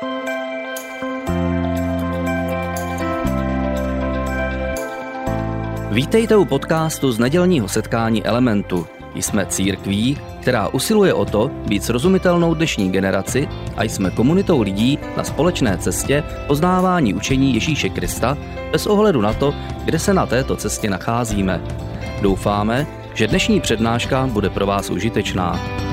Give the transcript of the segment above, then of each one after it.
Vítejte u podcastu z nedělního setkání Elementu. Jsme církví, která usiluje o to být srozumitelnou dnešní generaci a jsme komunitou lidí na společné cestě poznávání učení Ježíše Krista bez ohledu na to, kde se na této cestě nacházíme. Doufáme, že dnešní přednáška bude pro vás užitečná.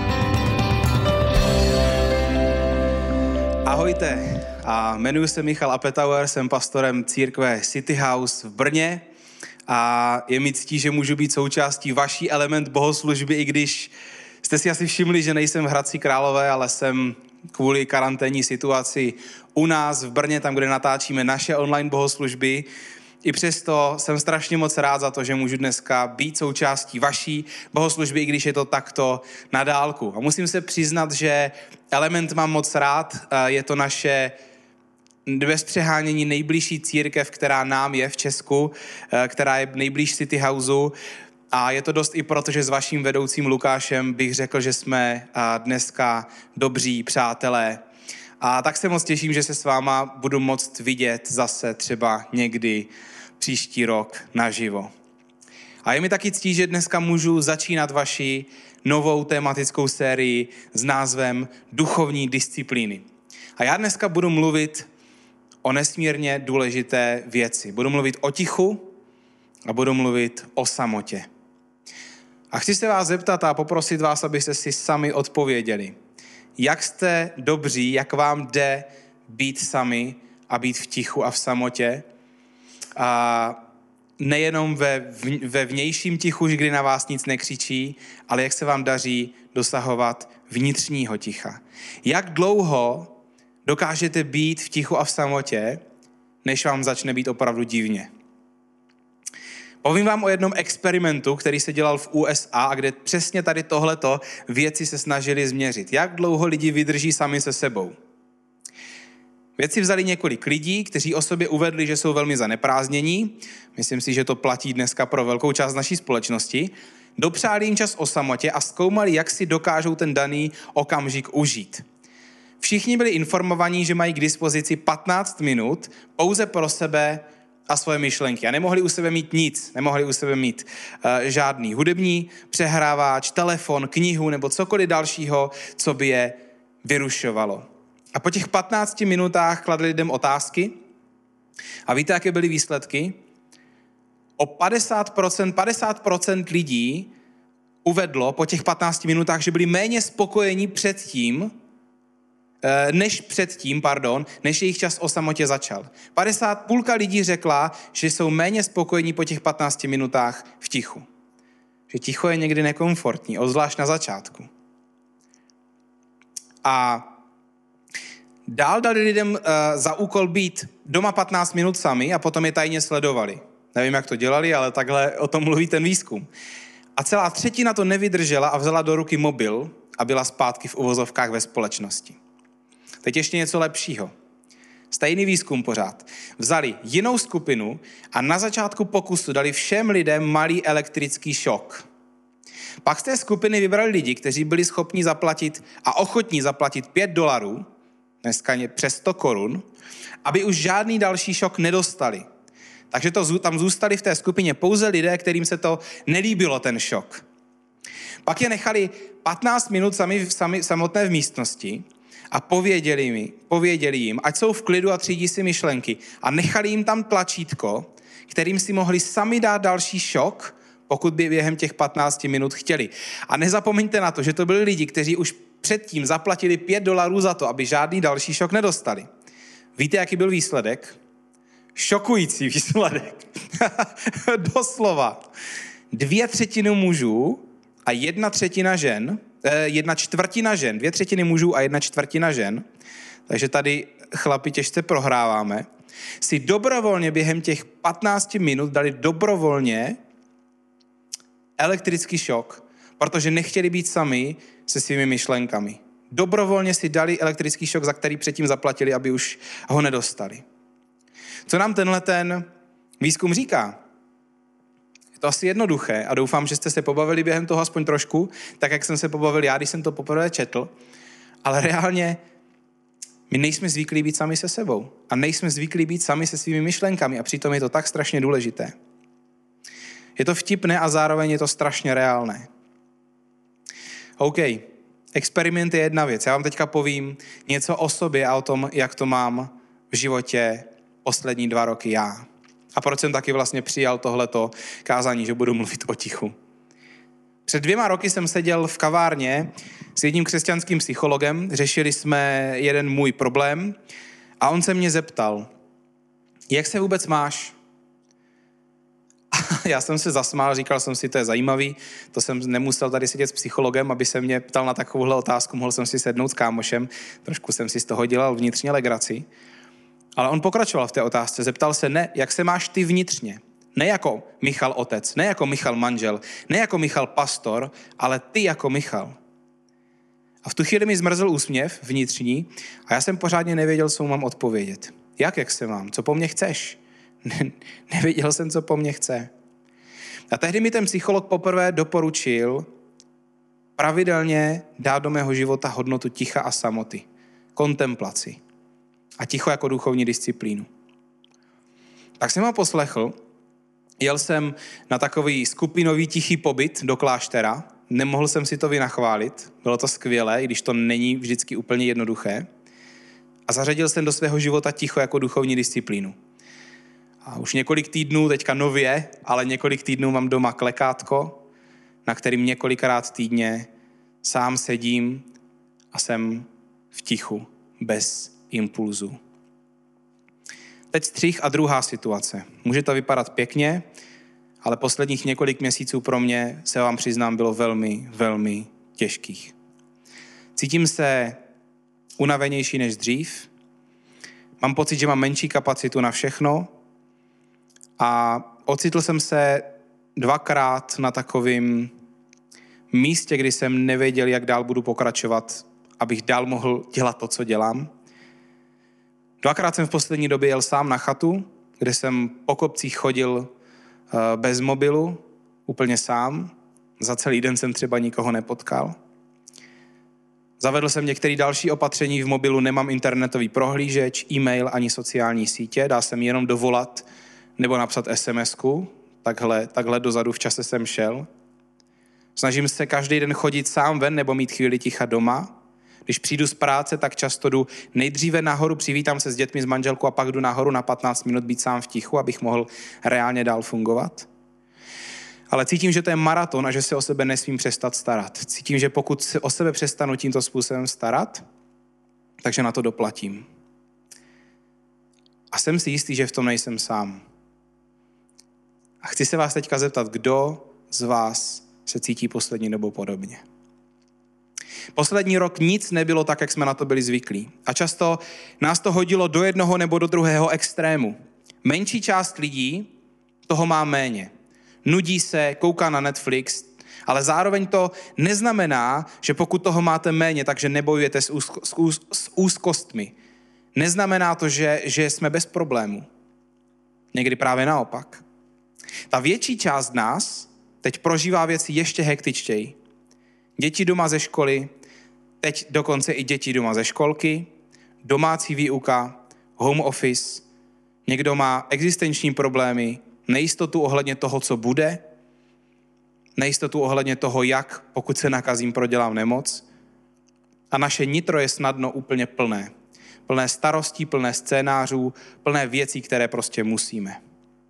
Ahojte, jmenuji se Michal Apetauer, jsem pastorem církve City House v Brně a je mi ctí, že můžu být součástí vaší Element bohoslužby, i když jste si asi všimli, že nejsem v Hradci Králové, ale jsem kvůli karanténní situaci u nás v Brně, tam, kde natáčíme naše online bohoslužby. I přesto jsem strašně moc rád za to, že můžu dneska být součástí vaší bohoslužby, i když je to takto na dálku. A musím se přiznat, že Element mám moc rád, je to naše bez přehánění nejbližší církev, která nám je v Česku, která je nejblíž City Houseu. A je to dost i proto, že s vaším vedoucím Lukášem bych řekl, že jsme dneska dobří přátelé. A tak se moc těším, že se s váma budu moct vidět zase třeba někdy příští rok naživo. A je mi taky ctí, že dneska můžu začínat vaši novou tematickou sérii s názvem Duchovní disciplíny. A já dneska budu mluvit o nesmírně důležité věci. Budu mluvit o tichu a budu mluvit o samotě. A chci se vás zeptat a poprosit vás, abyste si sami odpověděli. Jak jste dobří, jak vám jde být sami a být v tichu a v samotě? A nejenom ve vnějším tichu, kdy na vás nic nekřičí, ale jak se vám daří dosahovat vnitřního ticha. Jak dlouho dokážete být v tichu a v samotě, než vám začne být opravdu divně? Povím vám o jednom experimentu, který se dělal v USA, kde přesně tady tohleto vědci se snažili změřit. Jak dlouho lidi vydrží sami se sebou? Vědci vzali několik lidí, kteří o sobě uvedli, že jsou velmi zaneprázdnění. Myslím si, že to platí dneska pro velkou část naší společnosti. Dopřáli jim čas o samotě a zkoumali, jak si dokážou ten daný okamžik užít. Všichni byli informovaní, že mají k dispozici 15 minut pouze pro sebe a svoje myšlenky. A nemohli u sebe mít nic. Nemohli u sebe mít žádný hudební přehrávač, telefon, knihu nebo cokoliv dalšího, co by je vyrušovalo. A po těch 15 minutách kladli lidem otázky. A víte, jaké byly výsledky? O 50% lidí uvedlo po těch 15 minutách, že byli méně spokojení než jejich čas o samotě začal. Půlka lidí řekla, že jsou méně spokojení po těch 15 minutách v tichu. Že ticho je někdy nekomfortní, obzvlášť na začátku. A dál dali lidem za úkol být doma 15 minut sami a potom je tajně sledovali. Nevím, jak to dělali, ale takhle o tom mluví ten výzkum. A celá třetina to nevydržela a vzala do ruky mobil a byla zpátky v uvozovkách ve společnosti. Teď ještě něco lepšího. Stejný výzkum pořád. Vzali jinou skupinu a na začátku pokusu dali všem lidem malý elektrický šok. Pak z té skupiny vybrali lidi, kteří byli schopni zaplatit a ochotní zaplatit $5, dneska přes 100 korun, aby už žádný další šok nedostali. Takže tam zůstali v té skupině pouze lidé, kterým se to nelíbilo, ten šok. Pak je nechali 15 minut samotné v místnosti a pověděli jim, ať jsou v klidu a třídí si myšlenky. A nechali jim tam tlačítko, kterým si mohli sami dát další šok, pokud by během těch 15 minut chtěli. A nezapomeňte na to, že to byli lidi, kteří už předtím zaplatili $5 za to, aby žádný další šok nedostali. Víte, jaký byl výsledek? Šokující výsledek. Doslova. 2/3 mužů a 1/4 žen, 1/4 žen, 2/3 mužů a 1/4 žen, takže tady chlapi těžce prohráváme, si dobrovolně během těch 15 minut dali dobrovolně elektrický šok, protože nechtěli být sami se svými myšlenkami. Dobrovolně si dali elektrický šok, za který předtím zaplatili, aby už ho nedostali. Co nám ten výzkum říká? Je to asi jednoduché a doufám, že jste se pobavili během toho aspoň trošku, tak jak jsem se pobavil já, když jsem to poprvé četl, ale reálně My nejsme zvyklí být sami se sebou a nejsme zvyklí být sami se svými myšlenkami a přitom je to tak strašně důležité. Je to vtipné a zároveň je to strašně reálné. OK, experiment je jedna věc. Já vám teďka povím něco o sobě a o tom, jak to mám v životě poslední 2 roky já. A proč jsem taky vlastně přijal tohleto kázání, že budu mluvit o tichu. Před 2 roky jsem seděl v kavárně s jedním křesťanským psychologem, řešili jsme jeden můj problém a on se mě zeptal, jak se vůbec máš? A já jsem se zasmál, říkal jsem si, to je zajímavý, to jsem nemusel tady sedět s psychologem, aby se mě ptal na takovouhle otázku, mohl jsem si sednout s kámošem, trošku jsem si z toho dělal vnitřně legraci. Ale on pokračoval v té otázce, zeptal se, ne, jak se máš ty vnitřně? Ne jako Michal otec, ne jako Michal manžel, ne jako Michal pastor, ale ty jako Michal. A v tu chvíli mi zmrzl úsměv vnitřní a já jsem pořádně nevěděl, co mu mám odpovědět. Jak se mám? Co po mně chceš? Nevěděl jsem, co po mně chce. A tehdy mi ten psycholog poprvé doporučil pravidelně dát do mého života hodnotu ticha a samoty, kontemplaci a ticho jako duchovní disciplínu. Tak jsem ho poslechl, jel jsem na takový skupinový tichý pobyt do kláštera, nemohl jsem si to vynachválit, bylo to skvělé, i když to není vždycky úplně jednoduché. A zařadil jsem do svého života ticho jako duchovní disciplínu. A už několik týdnů, teďka nově, ale několik týdnů mám doma klekátko, na kterým několikrát týdně sám sedím a jsem v tichu, bez impulzu. Teď střih a druhá situace. Může to vypadat pěkně, ale posledních několik měsíců pro mě, se vám přiznám, bylo velmi, velmi těžkých. Cítím se unavenější než dřív. Mám pocit, že mám menší kapacitu na všechno a ocitl jsem se 2krát na takovém místě, kdy jsem nevěděl, jak dál budu pokračovat, abych dál mohl dělat to, co dělám. 2krát jsem v poslední době jel sám na chatu, kde jsem po kopcích chodil bez mobilu, úplně sám. Za celý den jsem třeba nikoho nepotkal. Zavedl jsem některé další opatření, v mobilu nemám internetový prohlížeč, e-mail ani sociální sítě, dá se mi jenom dovolat nebo napsat SMS-ku, takhle dozadu v čase jsem šel. Snažím se každý den chodit sám ven nebo mít chvíli ticha doma. Když přijdu z práce, tak často jdu nejdříve nahoru, přivítám se s dětmi, s manželkou a pak jdu nahoru na 15 minut být sám v tichu, abych mohl reálně dál fungovat. Ale cítím, že to je maraton a že se o sebe nesmím přestat starat. Cítím, že pokud se o sebe přestanu tímto způsobem starat, takže na to doplatím. A jsem si jistý, že v tom nejsem sám. A chci se vás teďka zeptat, kdo z vás se cítí poslední dobou podobně. Poslední rok nic nebylo tak, jak jsme na to byli zvyklí. A často nás to hodilo do jednoho nebo do druhého extrému. Menší část lidí toho má méně. Nudí se, kouká na Netflix, ale zároveň to neznamená, že pokud toho máte méně, takže nebojujete s úzkostmi. Neznamená to, že jsme bez problémů. Někdy právě naopak. Ta větší část nás teď prožívá věci ještě hektičtěji. Děti doma ze školy, teď dokonce i děti doma ze školky, domácí výuka, home office, někdo má existenční problémy, nejistotu ohledně toho, co bude, nejistotu ohledně toho, jak, pokud se nakazím, prodělám nemoc. A naše nitro je snadno úplně plné. Plné starostí, plné scénářů, plné věcí, které prostě musíme.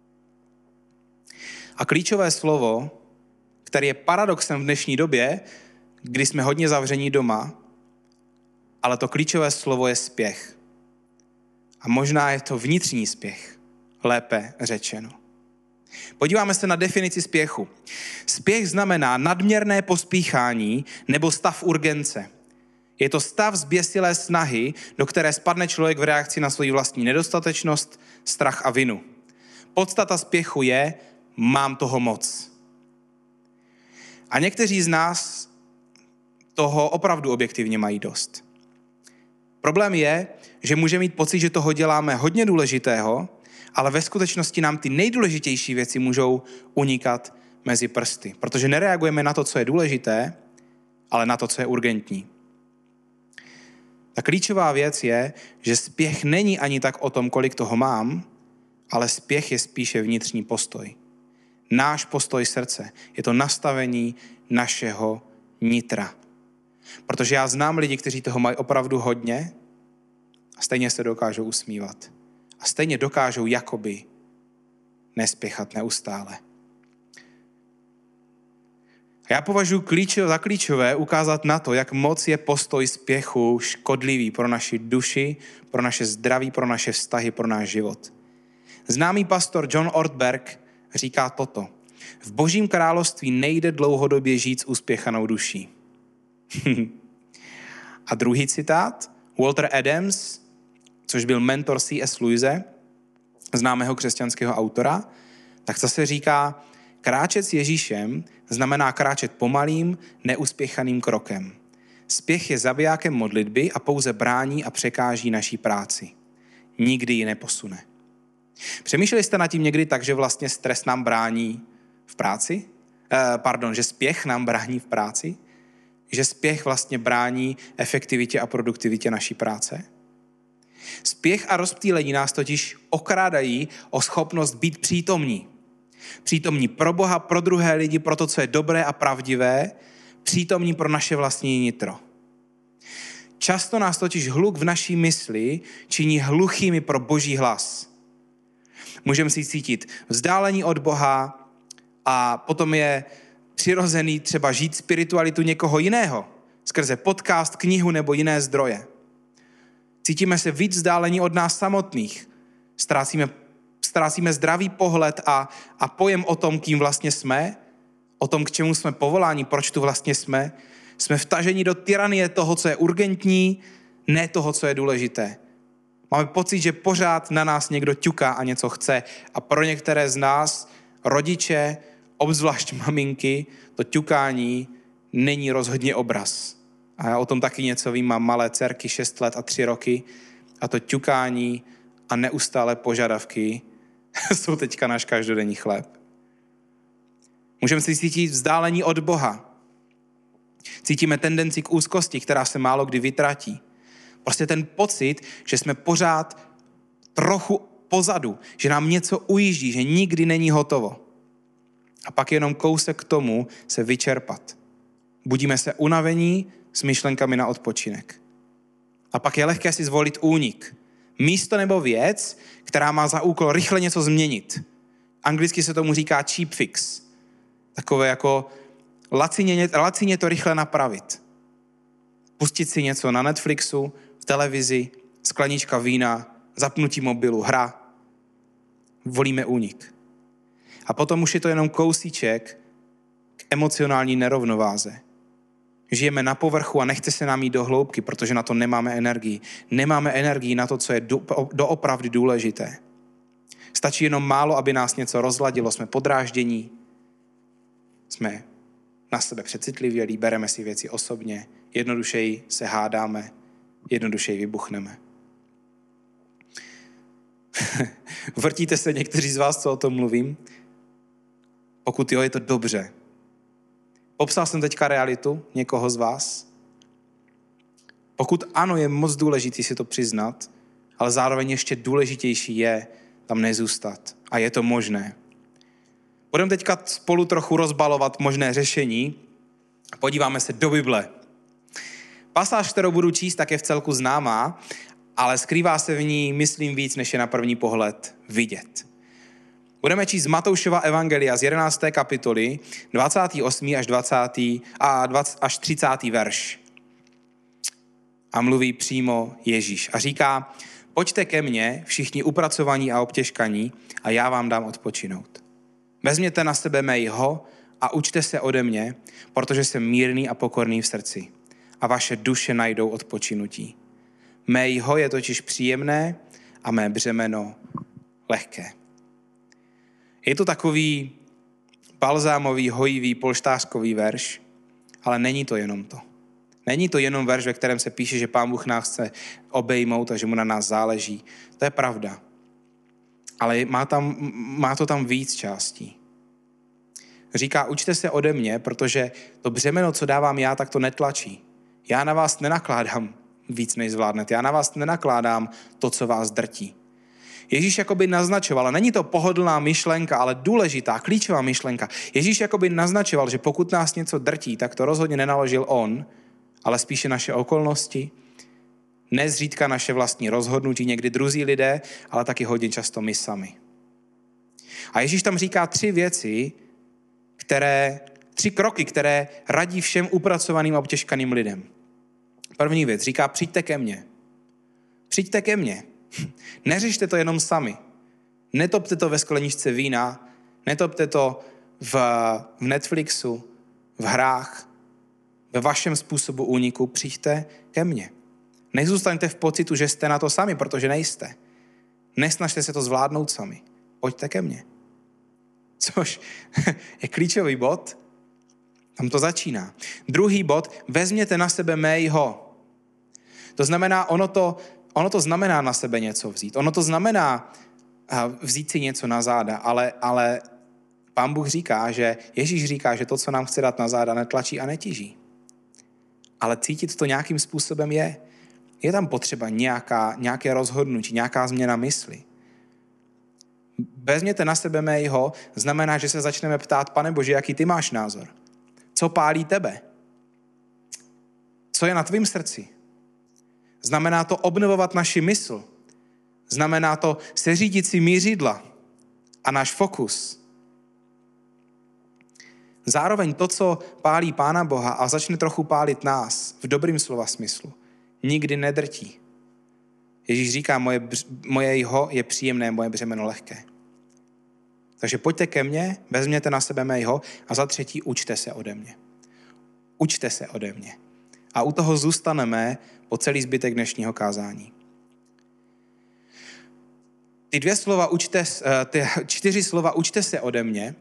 A klíčové slovo, které je paradoxem v dnešní době, kdy jsme hodně zavření doma, ale to klíčové slovo je spěch. A možná je to vnitřní spěch, lépe řečeno. Podíváme se na definici spěchu. Spěch znamená nadměrné pospíchání nebo stav urgence. Je to stav zběsilé snahy, do které spadne člověk v reakci na svou vlastní nedostatečnost, strach a vinu. Podstata spěchu je, mám toho moc. A někteří z nás toho opravdu objektivně mají dost. Problém je, že můžeme mít pocit, že toho děláme hodně důležitého, ale ve skutečnosti nám ty nejdůležitější věci můžou unikat mezi prsty, protože nereagujeme na to, co je důležité, ale na to, co je urgentní. Ta klíčová věc je, že spěch není ani tak o tom, kolik toho mám, ale spěch je spíše vnitřní postoj. Náš postoj srdce. Je to nastavení našeho nitra. Protože já znám lidi, kteří toho mají opravdu hodně a stejně se dokážou usmívat. A stejně dokážou jakoby nespěchat neustále. A já považuji za klíčové ukázat na to, jak moc je postoj spěchu škodlivý pro naši duši, pro naše zdraví, pro naše vztahy, pro náš život. Známý pastor John Ortberg říká toto. V Božím království nejde dlouhodobě žít s uspěchanou duší. A druhý citát, Walter Adams, což byl mentor C.S. Lewise, známého křesťanského autora, tak zase říká, kráčet s Ježíšem znamená kráčet pomalým, neuspěchaným krokem. Spěch je zabijákem modlitby a pouze brání a překáží naší práci. Nikdy ji neposune. Přemýšleli jste nad tím někdy tak, že vlastně stres nám brání v práci? Že spěch nám brání v práci? Že spěch vlastně brání efektivitě a produktivitě naší práce? Spěch a rozptýlení nás totiž okrádají o schopnost být přítomní. Přítomní pro Boha, pro druhé lidi, pro to, co je dobré a pravdivé, přítomní pro naše vlastní nitro. Často nás totiž hluk v naší mysli činí hluchými pro Boží hlas. Můžeme si cítit vzdálení od Boha a potom je přirozený třeba žít spiritualitu někoho jiného, skrze podcast, knihu nebo jiné zdroje. Cítíme se víc vzdálení od nás samotných. Ztrácíme zdravý pohled a pojem o tom, kým vlastně jsme, o tom, k čemu jsme povoláni, proč tu vlastně jsme. Jsme vtaženi do tyranie toho, co je urgentní, ne toho, co je důležité. Máme pocit, že pořád na nás někdo ťuká a něco chce. A pro některé z nás, rodiče, obzvlášť maminky, to ťukání není rozhodně obraz. A já o tom taky něco vím, mám malé dcerky 6 let a 3 roky a to ťukání a neustále požadavky jsou teďka náš každodenní chléb. Můžeme si cítit vzdálení od Boha. Cítíme tendenci k úzkosti, která se málo kdy vytratí. Prostě ten pocit, že jsme pořád trochu pozadu, že nám něco ujíždí, že nikdy není hotovo. A pak jenom kousek k tomu se vyčerpat. Budíme se unavení s myšlenkami na odpočinek. A pak je lehké si zvolit únik. Místo nebo věc, která má za úkol rychle něco změnit. Anglicky se tomu říká cheap fix. Takové jako lacině to rychle napravit. Pustit si něco na Netflixu, v televizi, sklenička vína, zapnutí mobilu, hra. Volíme únik. A potom už je to jenom kousíček k emocionální nerovnováze. Žijeme na povrchu a nechce se nám jít do hloubky, protože na to nemáme energii. Nemáme energii na to, co je doopravdy důležité. Stačí jenom málo, aby nás něco rozladilo. Jsme podráždění, jsme na sebe přecitlivělí, bereme si věci osobně, jednodušeji se hádáme, jednodušeji vybuchneme. Vrtíte se někteří z vás, co o tom mluvím? Pokud jo, je to dobře. Popsal jsem teďka realitu někoho z vás? Pokud ano, je moc důležitý si to přiznat, ale zároveň ještě důležitější je tam nezůstat. A je to možné. Budeme teďka spolu trochu rozbalovat možné řešení. Podíváme se do Bible. Pasáž, kterou budu číst, tak je v celku známá, ale skrývá se v ní, myslím, víc, než je na první pohled vidět. Budeme číst z Matoušova evangelia z 11. kapitoly, 28. až 30. verš. A mluví přímo Ježíš. A říká, pojďte ke mně, všichni upracovaní a obtěžkaní, a já vám dám odpočinout. Vezměte na sebe mé jho a učte se ode mě, protože jsem mírný a pokorný v srdci. A vaše duše najdou odpočinutí. Mé jho je totiž příjemné a mé břemeno lehké. Je to takový balzámový, hojivý, polštářkový verš, ale není to jenom to. Není to jenom verš, ve kterém se píše, že Pán Bůh nás chce obejmout a že mu na nás záleží. To je pravda. Ale má to tam víc částí. Říká, učte se ode mě, protože to břemeno, co dávám já, tak to netlačí. Já na vás nenakládám víc, než zvládnete. Já na vás nenakládám to, co vás drtí. Ježíš jakoby naznačoval, a není to pohodlná myšlenka, ale důležitá, klíčová myšlenka. Ježíš jakoby naznačoval, že pokud nás něco drtí, tak to rozhodně nenaložil on, ale spíše naše okolnosti, nezřídka naše vlastní rozhodnutí, někdy druzí lidé, ale taky hodně často my sami. A Ježíš tam říká 3 věci, 3 kroky, které radí všem upracovaným a obtěžkaným lidem. První věc, říká, přijďte ke mně. Přijďte ke mně. Neřešte to jenom sami. Netopte to ve skleničce vína, netopte to v Netflixu, v hrách, ve vašem způsobu úniku. Přijďte ke mně. Nezůstaňte v pocitu, že jste na to sami, protože nejste. Nesnažte se to zvládnout sami. Pojďte ke mně. Což je klíčový bod. Tam to začíná. Druhý bod, vezměte na sebe mého. To znamená, ono to znamená na sebe něco vzít. Ono to znamená vzít si něco na záda, ale Pán Bůh říká, že Ježíš říká, že to, co nám chce dát na záda, netlačí a netíží. Ale cítit to nějakým způsobem je. Je tam potřeba nějaké rozhodnutí, nějaká změna mysli. Vezměte na sebe mého, znamená, že se začneme ptát, Pane Bože, jaký ty máš názor? Co pálí tebe? Co je na tvém srdci? Znamená to obnovovat naši mysl. Znamená to seřídit si mířidla a náš fokus. Zároveň to, co pálí Pána Boha a začne trochu pálit nás, v dobrým slova smyslu, nikdy nedrtí. Ježíš říká, moje jeho je příjemné, moje břemeno lehké. Takže pojďte ke mně, vezměte na sebe mého a za třetí učte se ode mě. Učte se ode mě. A u toho zůstaneme po celý zbytek dnešního kázání. Ty 4 slova učte se ode mě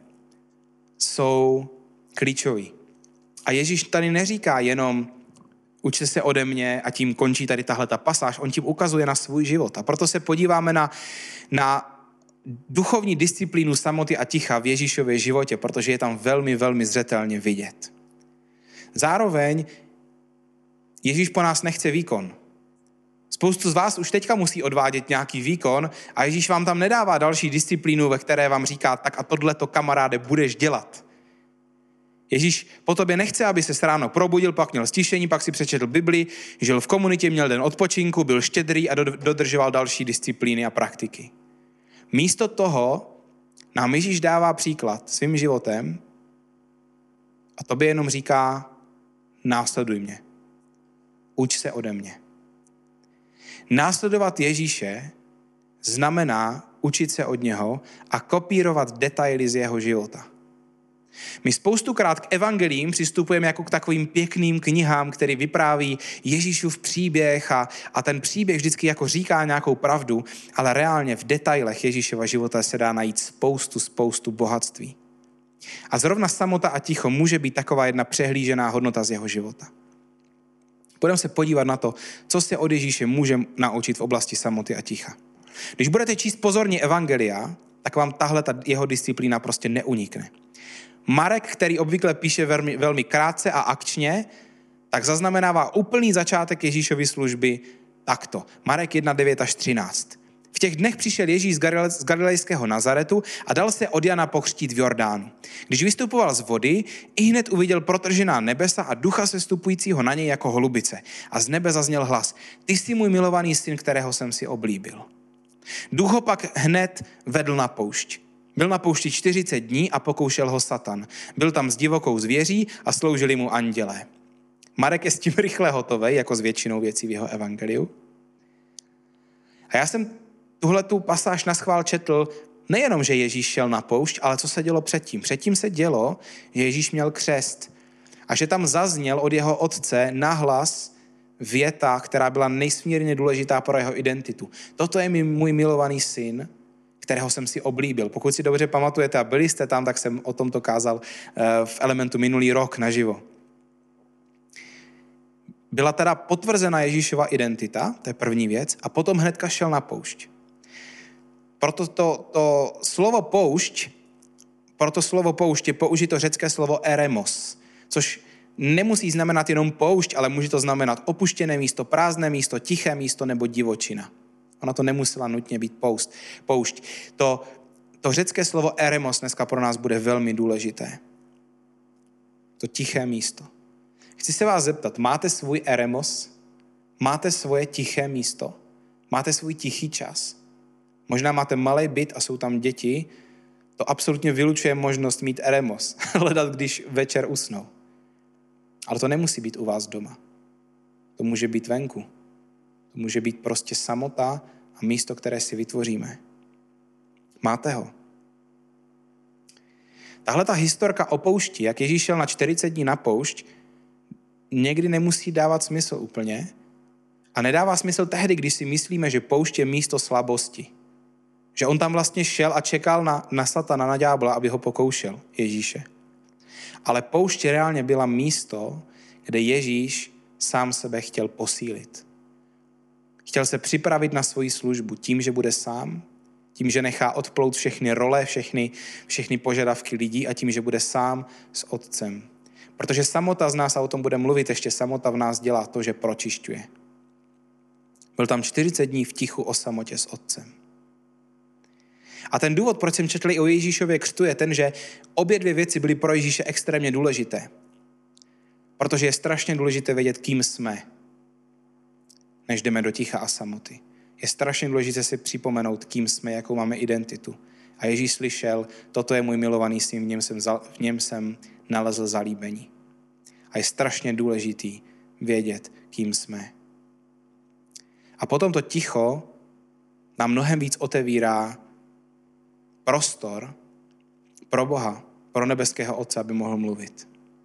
jsou klíčový. A Ježíš tady neříká jenom učte se ode mě a tím končí tady tahleta pasáž. On tím ukazuje na svůj život. A proto se podíváme na duchovní disciplínu samoty a ticha v Ježíšově životě, protože je tam velmi, velmi zřetelně vidět. Zároveň Ježíš po nás nechce výkon. Spoustu z vás už teďka musí odvádět nějaký výkon a Ježíš vám tam nedává další disciplínu, ve které vám říká, tak a tohleto, kamaráde, budeš dělat. Ježíš po tobě nechce, aby se ráno probudil, pak měl stišení, pak si přečetl Bibli, žil v komunitě, měl den odpočinku, byl štědrý a dodržoval další disciplíny a praktiky. Místo toho nám Ježíš dává příklad svým životem a tobě jenom říká, následuj mě. Uč se ode mě. Následovat Ježíše znamená učit se od něho a kopírovat detaily z jeho života. My spoustukrát k evangelím přistupujeme jako k takovým pěkným knihám, který vypráví Ježíšův příběh a ten příběh vždycky jako říká nějakou pravdu, ale reálně v detailech Ježíšova života se dá najít spoustu bohatství. A zrovna samota a ticho může být taková jedna přehlížená hodnota z jeho života. Budeme se podívat na to, co se od Ježíše můžeme naučit v oblasti samoty a ticha. Když budete číst pozorně evangelia, tak vám tahle jeho disciplína prostě neunikne. Marek, který obvykle píše velmi, velmi krátce a akčně, tak zaznamenává úplný začátek Ježíšovy služby takto. Marek 1, 9 až 13. V těch dnech přišel Ježíš z galilejského Nazaretu a dal se od Jana pokřtít v Jordánu. Když vystupoval z vody, ihned uviděl protržená nebesa a ducha sestupujícího na něj jako holubice. A z nebe zazněl hlas: Ty jsi můj milovaný syn, kterého jsem si oblíbil. Duch ho pak hned vedl na poušť. Byl na poušti 40 dní a pokoušel ho Satan. Byl tam s divokou zvěří a sloužili mu andělé. Marek je s tím rychle hotový, jako s většinou věcí v jeho evangeliu. A já jsem tuhletu pasáž naschvál četl nejenom, že Ježíš šel na poušť, ale co se dělo předtím. Předtím se dělo, že Ježíš měl křest a že tam zazněl od jeho otce nahlas věta, která byla nejsmírně důležitá pro jeho identitu. Toto je můj milovaný syn, kterého jsem si oblíbil. Pokud si dobře pamatujete a byli jste tam, tak jsem o tomto kázal v Elementu minulý rok naživo. Byla teda potvrzena Ježíšova identita, to je první věc, a potom hnedka šel na poušť. Proto to slovo poušť je použito řecké slovo eremos, což nemusí znamenat jenom poušť, ale může to znamenat opuštěné místo, prázdné místo, tiché místo nebo divočina. Ona to nemusela nutně být poušť. To řecké slovo eremos dneska pro nás bude velmi důležité. To tiché místo. Chci se vás zeptat, máte svůj eremos? Máte svoje tiché místo? Máte svůj tichý čas? Možná máte malý byt a jsou tam děti. To absolutně vylučuje možnost mít eremos. Hledat, když večer usnou. Ale to nemusí být u vás doma. To může být venku. To může být prostě samota a místo, které si vytvoříme. Máte ho. Tahle ta historka o poušti, jak Ježíš šel na 40 dní na poušť, někdy nemusí dávat smysl úplně. A nedává smysl tehdy, když si myslíme, že poušť je místo slabosti. Že on tam vlastně šel a čekal na satana, na ďábla, aby ho pokoušel, Ježíše. Ale poušť reálně byla místo, kde Ježíš sám sebe chtěl posílit. Chtěl se připravit na svoji službu tím, že bude sám, tím, že nechá odplout všechny role, všechny požadavky lidí a tím, že bude sám s Otcem. Protože samota z nás, a o tom bude mluvit ještě, samota v nás dělá to, že pročišťuje. Byl tam 40 dní v tichu o samotě s Otcem. A ten důvod, proč jsem četl i o Ježíšově křtu, je ten, že obě dvě věci byly pro Ježíše extrémně důležité. Protože je strašně důležité vědět, kým jsme, než jdeme do ticha a samoty. Je strašně důležité si připomenout, kým jsme, jakou máme identitu. A Ježíš slyšel, toto je můj milovaný syn, v něm jsem nalezl zalíbení. A je strašně důležitý vědět, kým jsme. A potom to ticho nám mnohem víc otevírá prostor pro Boha, pro nebeského Otce, aby mohl mluvit.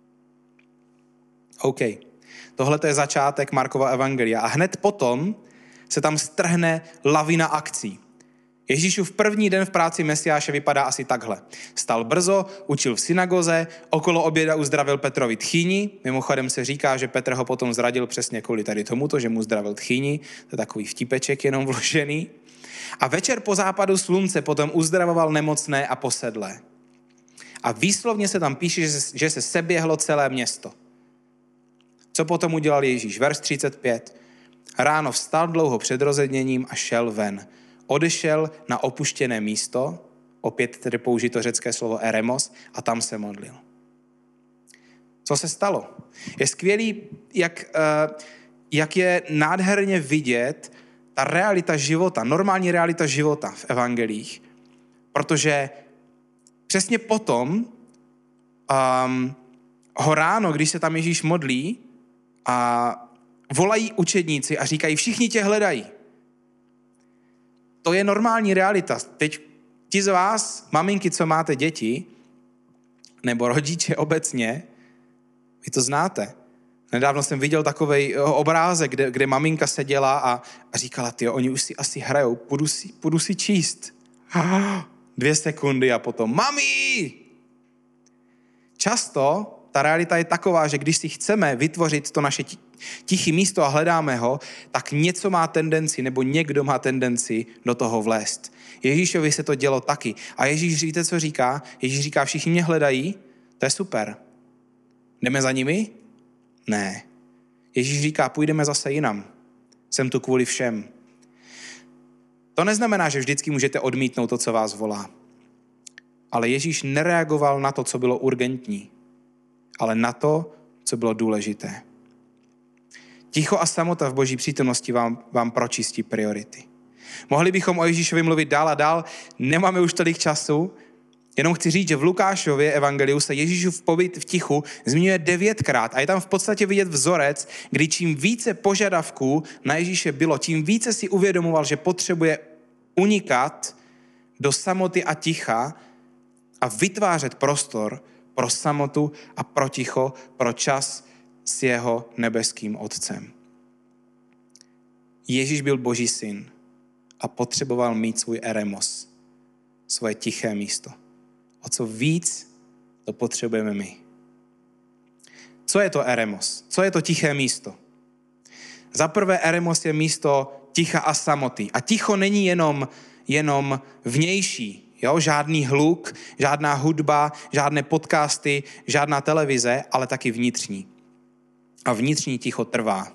OK. Tohle je začátek Markova evangelia. A hned potom se tam strhne lavina akcí. Ježíšův první den v práci Mesiáše vypadá asi takhle. Stal brzo, učil v synagoze, okolo oběda uzdravil Petrovi tchýni. Mimochodem se říká, že Petr ho potom zradil přesně kvůli tady tomuto, že mu zdravil tchýni. To je takový vtipeček jenom vložený. A večer po západu slunce potom uzdravoval nemocné a posedlé. A výslovně se tam píše, že se seběhlo celé město. Co potom udělal Ježíš? Verš 35. Ráno vstal dlouho před rozedněním a šel ven. Odešel na opuštěné místo, opět tedy použito řecké slovo eremos, a tam se modlil. Co se stalo? Je skvělý, jak je nádherně vidět ta realita života, normální realita života v evangelích. Protože přesně potom ho ráno, když se tam Ježíš modlí, a volají učedníci a říkají, všichni tě hledají. To je normální realita. Teď ti z vás, maminky, co máte děti, nebo rodiče obecně, vy to znáte. Nedávno jsem viděl takovej obrázek, kde maminka seděla a říkala, tyjo, oni už si asi hrajou, půjdu si číst. 2 sekundy a potom, mami! Často ta realita je taková, že když si chceme vytvořit to naše tiché místo a hledáme ho, tak něco má tendenci, nebo někdo má tendenci do toho vlézt. Ježíšovi se to dělo taky. A Ježíš, víte, co říká? Ježíš říká, všichni mě hledají, to je super. Jdeme za nimi? Ne. Ježíš říká, půjdeme zase jinam. Jsem tu kvůli všem. To neznamená, že vždycky můžete odmítnout to, co vás volá. Ale Ježíš nereagoval na to, co bylo urgentní, ale na to, co bylo důležité. Ticho a samota v Boží přítomnosti vám pročistí priority. Mohli bychom o Ježíšovi mluvit dál a dál, nemáme už tolik času, jenom chci říct, že v Lukášově evangeliu se Ježíšův pobyt v tichu zmiňuje 9krát a je tam v podstatě vidět vzorec, kdy čím více požadavků na Ježíše bylo, tím více si uvědomoval, že potřebuje unikat do samoty a ticha a vytvářet prostor pro samotu a pro ticho, pro čas s jeho nebeským Otcem. Ježíš byl Boží syn a potřeboval mít svůj eremos, svoje tiché místo. O co víc to potřebujeme my. Co je to eremos? Co je to tiché místo? Za prvé eremos je místo ticha a samoty. A ticho není jenom vnější. Jo? Žádný hluk, žádná hudba, žádné podcasty, žádná televize, ale taky vnitřní. a vnitřní ticho trvá.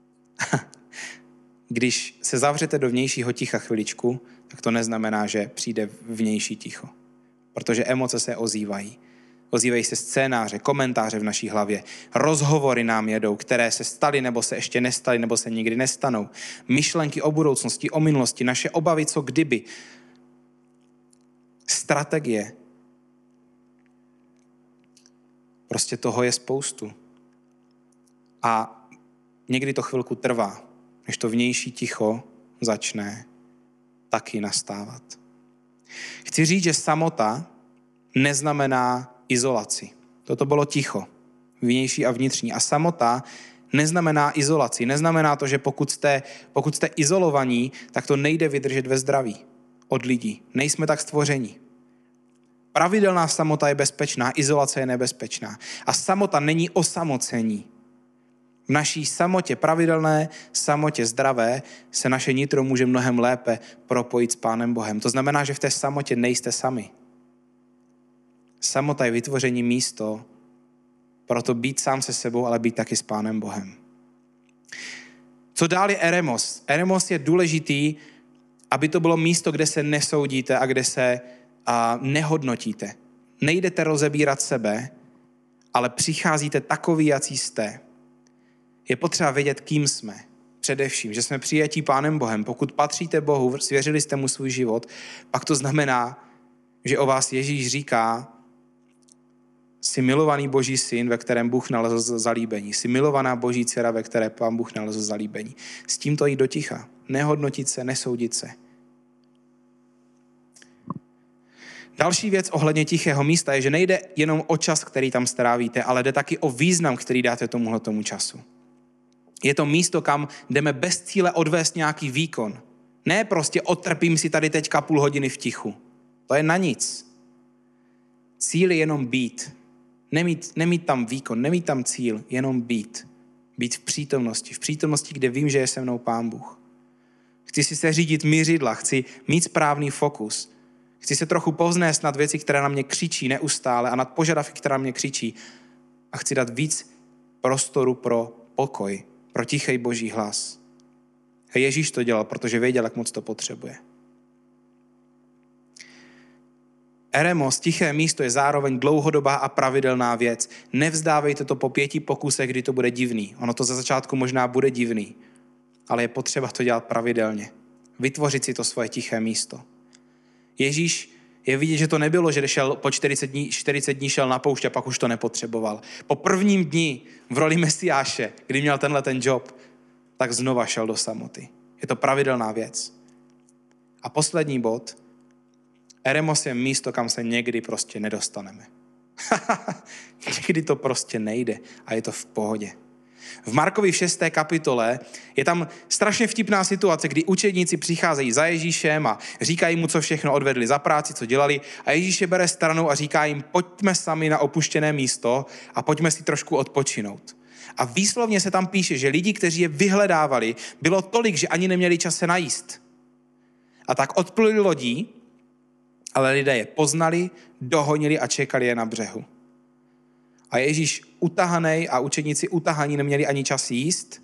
Když se zavřete do vnějšího ticha chviličku, tak to neznamená, že přijde vnější ticho. Protože emoce se ozývají. Ozývají se scénáře, komentáře v naší hlavě. Rozhovory nám jedou, které se staly, nebo se ještě nestaly, nebo se nikdy nestanou. Myšlenky o budoucnosti, o minulosti, naše obavy, co kdyby. Strategie. Prostě toho je spoustu. A někdy to chvilku trvá, než to vnější ticho začne taky nastávat. Chci říct, že samota neznamená izolaci. Toto bylo ticho, vnější a vnitřní. A samota neznamená izolaci. Neznamená to, že pokud jste izolovaní, tak to nejde vydržet ve zdraví od lidí. Nejsme tak stvoření. Pravidelná samota je bezpečná, izolace je nebezpečná. A samota není osamocení. V naší samotě, pravidelné samotě zdravé, se naše nitro může mnohem lépe propojit s Pánem Bohem. To znamená, že v té samotě nejste sami. Samota je vytvoření místo pro to být sám se sebou, ale být taky s Pánem Bohem. Co dál je eremos? Eremos je důležitý, aby to bylo místo, kde se nesoudíte a kde se nehodnotíte. Nejdete rozebírat sebe, ale přicházíte takový, jací jste. Je potřeba vědět, kým jsme. Především, že jsme přijatí Pánem Bohem. Pokud patříte Bohu, svěřili jste mu svůj život, pak to znamená, že o vás Ježíš říká, jsi milovaný Boží syn, ve kterém Bůh nalezl zalíbení. Jsi milovaná Boží dcera, ve které Pán Bůh nalezl zalíbení. S tím to jít do ticha. Nehodnotit se, nesoudit se. Další věc ohledně tichého místa je, že nejde jenom o čas, který tam strávíte, ale jde taky o význam, který dáte tomuhletomu času. Je to místo, kam jdeme bez cíle odvést nějaký výkon. Ne prostě odtrpím si tady teďka půl hodiny v tichu. To je na nic. Cíl je jenom být. Nemít tam výkon, nemít tam cíl, jenom být. Být v přítomnosti. V přítomnosti, kde vím, že je se mnou Pán Bůh. Chci si se řídit měřidla, chci mít správný fokus. Chci se trochu povznést nad věci, které na mě křičí neustále a nad požadavky, které na mě křičí. A chci dát víc prostoru pro pokoj, pro tichý Boží hlas. A Ježíš to dělal, protože věděl, jak moc to potřebuje. Eremos, tiché místo, je zároveň dlouhodobá a pravidelná věc. Nevzdávejte to po 5 pokusech, kdy to bude divný. Ono to za začátku možná bude divný, ale je potřeba to dělat pravidelně. Vytvořit si to svoje tiché místo. Ježíš je vidět, že to nebylo, že šel po 40 dní šel na poušť a pak už to nepotřeboval. Po prvním dni v roli Mesiáše, kdy měl ten job, tak znova šel do samoty. Je to pravidelná věc. A poslední bod. Eremos je místo, kam se někdy prostě nedostaneme. Někdy to prostě nejde a je to v pohodě. V Markovi 6. kapitole je tam strašně vtipná situace, kdy učedníci přicházejí za Ježíšem a říkají mu, co všechno odvedli za práci, co dělali, a Ježíš je bere stranou a říká jim, pojďme sami na opuštěné místo a pojďme si trošku odpočinout. A výslovně se tam píše, že lidi, kteří je vyhledávali, bylo tolik, že ani neměli čas se najíst. A tak odpluli lodí, ale lidé je poznali, dohonili a čekali je na břehu. A Ježíš utahanej a učedníci utahaní neměli ani čas jíst,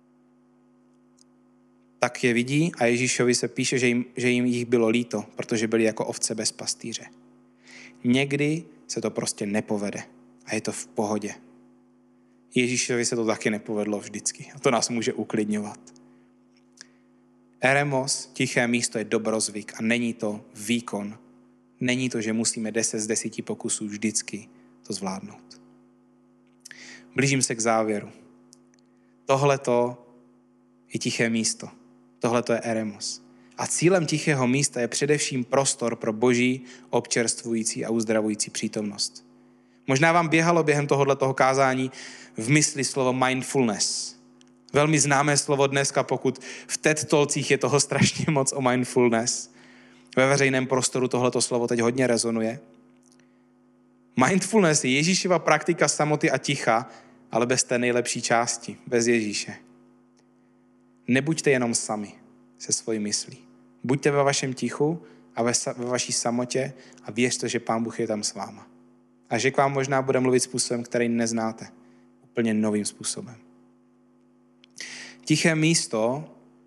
tak je vidí a Ježíšovi se píše, že jim jich bylo líto, protože byli jako ovce bez pastýře. Někdy se to prostě nepovede a je to v pohodě. Ježíšovi se to taky nepovedlo vždycky a to nás může uklidňovat. Eremos, tiché místo, je dobrozvyk a není to výkon. Není to, že musíme 10 z 10 pokusů vždycky to zvládnout. Blížím se k závěru. Tohleto je tiché místo. Tohleto je eremos. A cílem tichého místa je především prostor pro Boží občerstvující a uzdravující přítomnost. Možná vám běhalo během tohoto kázání v mysli slovo mindfulness. Velmi známé slovo dneska, pokud v TED Talkcích je toho strašně moc o mindfulness. Ve veřejném prostoru tohleto slovo teď hodně rezonuje. Mindfulness je Ježíšova praktika samoty a ticha, ale bez té nejlepší části, bez Ježíše. Nebuďte jenom sami se svojí myslí. Buďte ve vašem tichu a ve vaší samotě a věřte, že Pán Bůh je tam s váma. A že k vám možná bude mluvit způsobem, který neznáte. Úplně novým způsobem. Tiché místo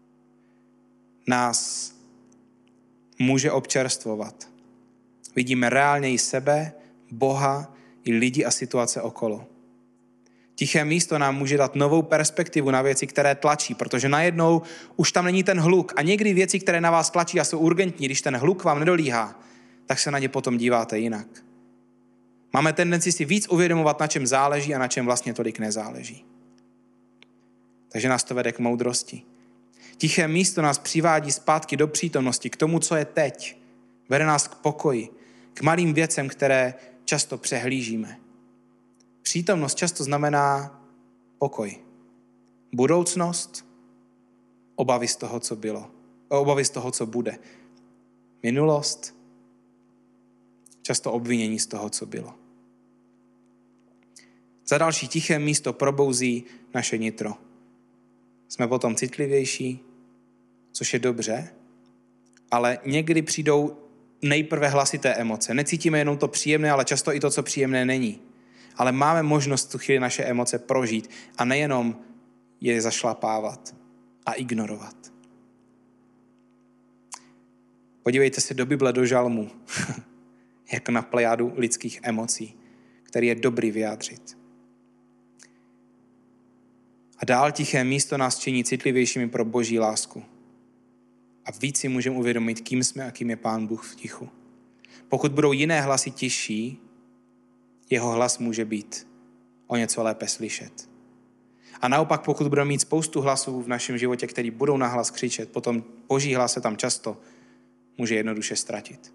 nás může občerstvovat. Vidíme reálně i sebe, Boha, i lidi a situace okolo. Tiché místo nám může dát novou perspektivu na věci, které tlačí, protože najednou už tam není ten hluk. A někdy věci, které na vás tlačí a jsou urgentní, když ten hluk vám nedolíhá, tak se na ně potom díváte jinak. Máme tendenci si víc uvědomovat, na čem záleží a na čem vlastně tolik nezáleží. Takže nás to vede k moudrosti. Tiché místo nás přivádí zpátky do přítomnosti, k tomu, co je teď. Vede nás k pokoji, k malým věcem, které často přehlížíme. Přítomnost často znamená pokoj. Budoucnost, obavy z toho, co bylo. Obavy z toho, co bude. Minulost, často obvinění z toho, co bylo. Za další tiché místo probouzí naše nitro. Jsme potom citlivější, což je dobře, ale někdy přijdou nejprve hlasité emoce. Necítíme jenom to příjemné, ale často i to, co příjemné není. Ale máme možnost tu chvíli naše emoce prožít a nejenom je zašlapávat a ignorovat. Podívejte se do Bible, do žalmu, jako na plejádu lidských emocí, který je dobrý vyjádřit. A dál tiché místo nás činí citlivějšími pro Boží lásku. A víc si můžeme uvědomit, kým jsme a kým je Pán Bůh v tichu. Pokud budou jiné hlasy tižší, jeho hlas může být o něco lépe slyšet. A naopak, pokud budeme mít spoustu hlasů v našem životě, který budou nahlas křičet, potom Boží hlas se tam často může jednoduše ztratit.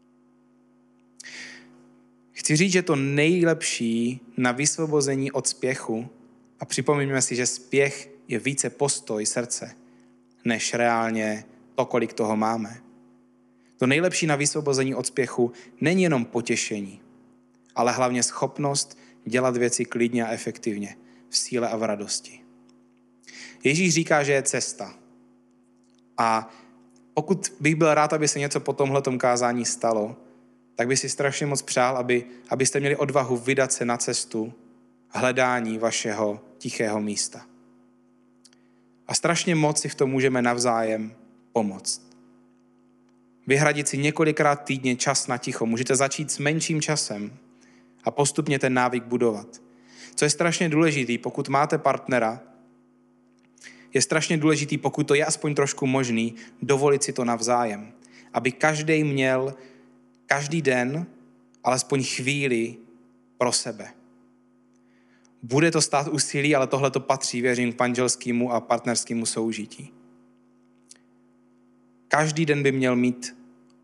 Chci říct, že to nejlepší na vysvobození od spěchu, a připomeňme si, že spěch je více postoj srdce, než reálně to, kolik toho máme. To nejlepší na vysvobození od spěchu není jenom potěšení, ale hlavně schopnost dělat věci klidně a efektivně, v síle a v radosti. Ježíš říká, že je cesta. A pokud bych byl rád, aby se něco po tomhletom kázání stalo, tak bych si strašně moc přál, abyste měli odvahu vydat se na cestu hledání vašeho tichého místa. A strašně moc si v tom můžeme navzájem pomoct. Vyhradit si několikrát týdně čas na ticho. Můžete začít s menším časem a postupně ten návyk budovat. Co je strašně důležitý, pokud máte partnera, je strašně důležitý, pokud to je aspoň trošku možný, dovolit si to navzájem. Aby každý měl každý den alespoň chvíli pro sebe. Bude to stát úsilí, ale tohle to patří, věřím, k manželskému a partnerskému soužití. Každý den by měl mít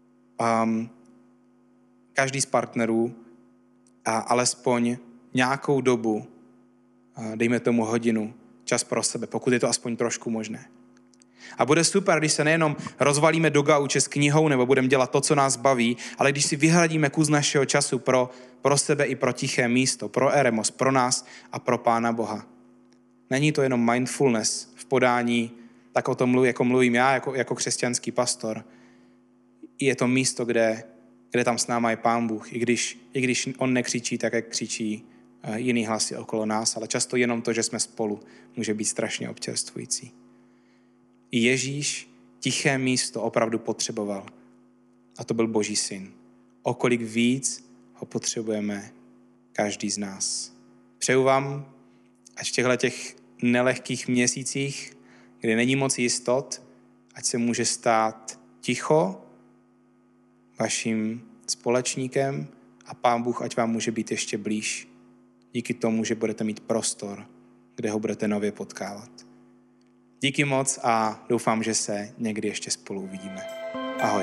každý z partnerů alespoň nějakou dobu, dejme tomu hodinu, čas pro sebe, pokud je to aspoň trošku možné. A bude super, když se nejenom rozvalíme do gauče s knihou nebo budeme dělat to, co nás baví, ale když si vyhradíme kus našeho času pro sebe i pro tiché místo, pro eremos, pro nás a pro Pána Boha. Není to jenom mindfulness v podání, tak o tom jako mluvím já, jako křesťanský pastor. Je to místo, kde tam s náma je Pán Bůh, i když on nekřičí tak, jak křičí jiný hlasy okolo nás, ale často jenom to, že jsme spolu, může být strašně občerstvující. I Ježíš tiché místo opravdu potřeboval. A to byl Boží syn. O kolik víc ho potřebujeme každý z nás. Přeju vám, ať v těchto nelehkých měsících, kdy není moc jistot, ať se může stát ticho vaším společníkem a Pán Bůh, ať vám může být ještě blíž. Díky tomu, že budete mít prostor, kde ho budete nově potkávat. Díky moc a doufám, že se někdy ještě spolu uvidíme. Ahoj.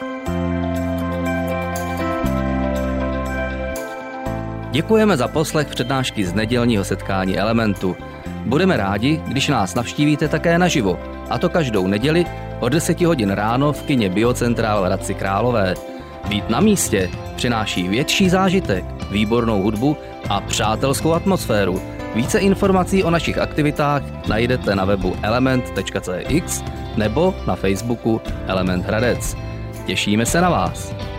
Děkujeme za poslech přednášky z nedělního setkání Elementu. Budeme rádi, když nás navštívíte také naživo, a to každou neděli od 10 hodin ráno v kině Biocentrál v Hradci Králové. Být na místě přináší větší zážitek, výbornou hudbu a přátelskou atmosféru. Více informací o našich aktivitách najdete na webu element.cx nebo na Facebooku Element Hradec. Těšíme se na vás.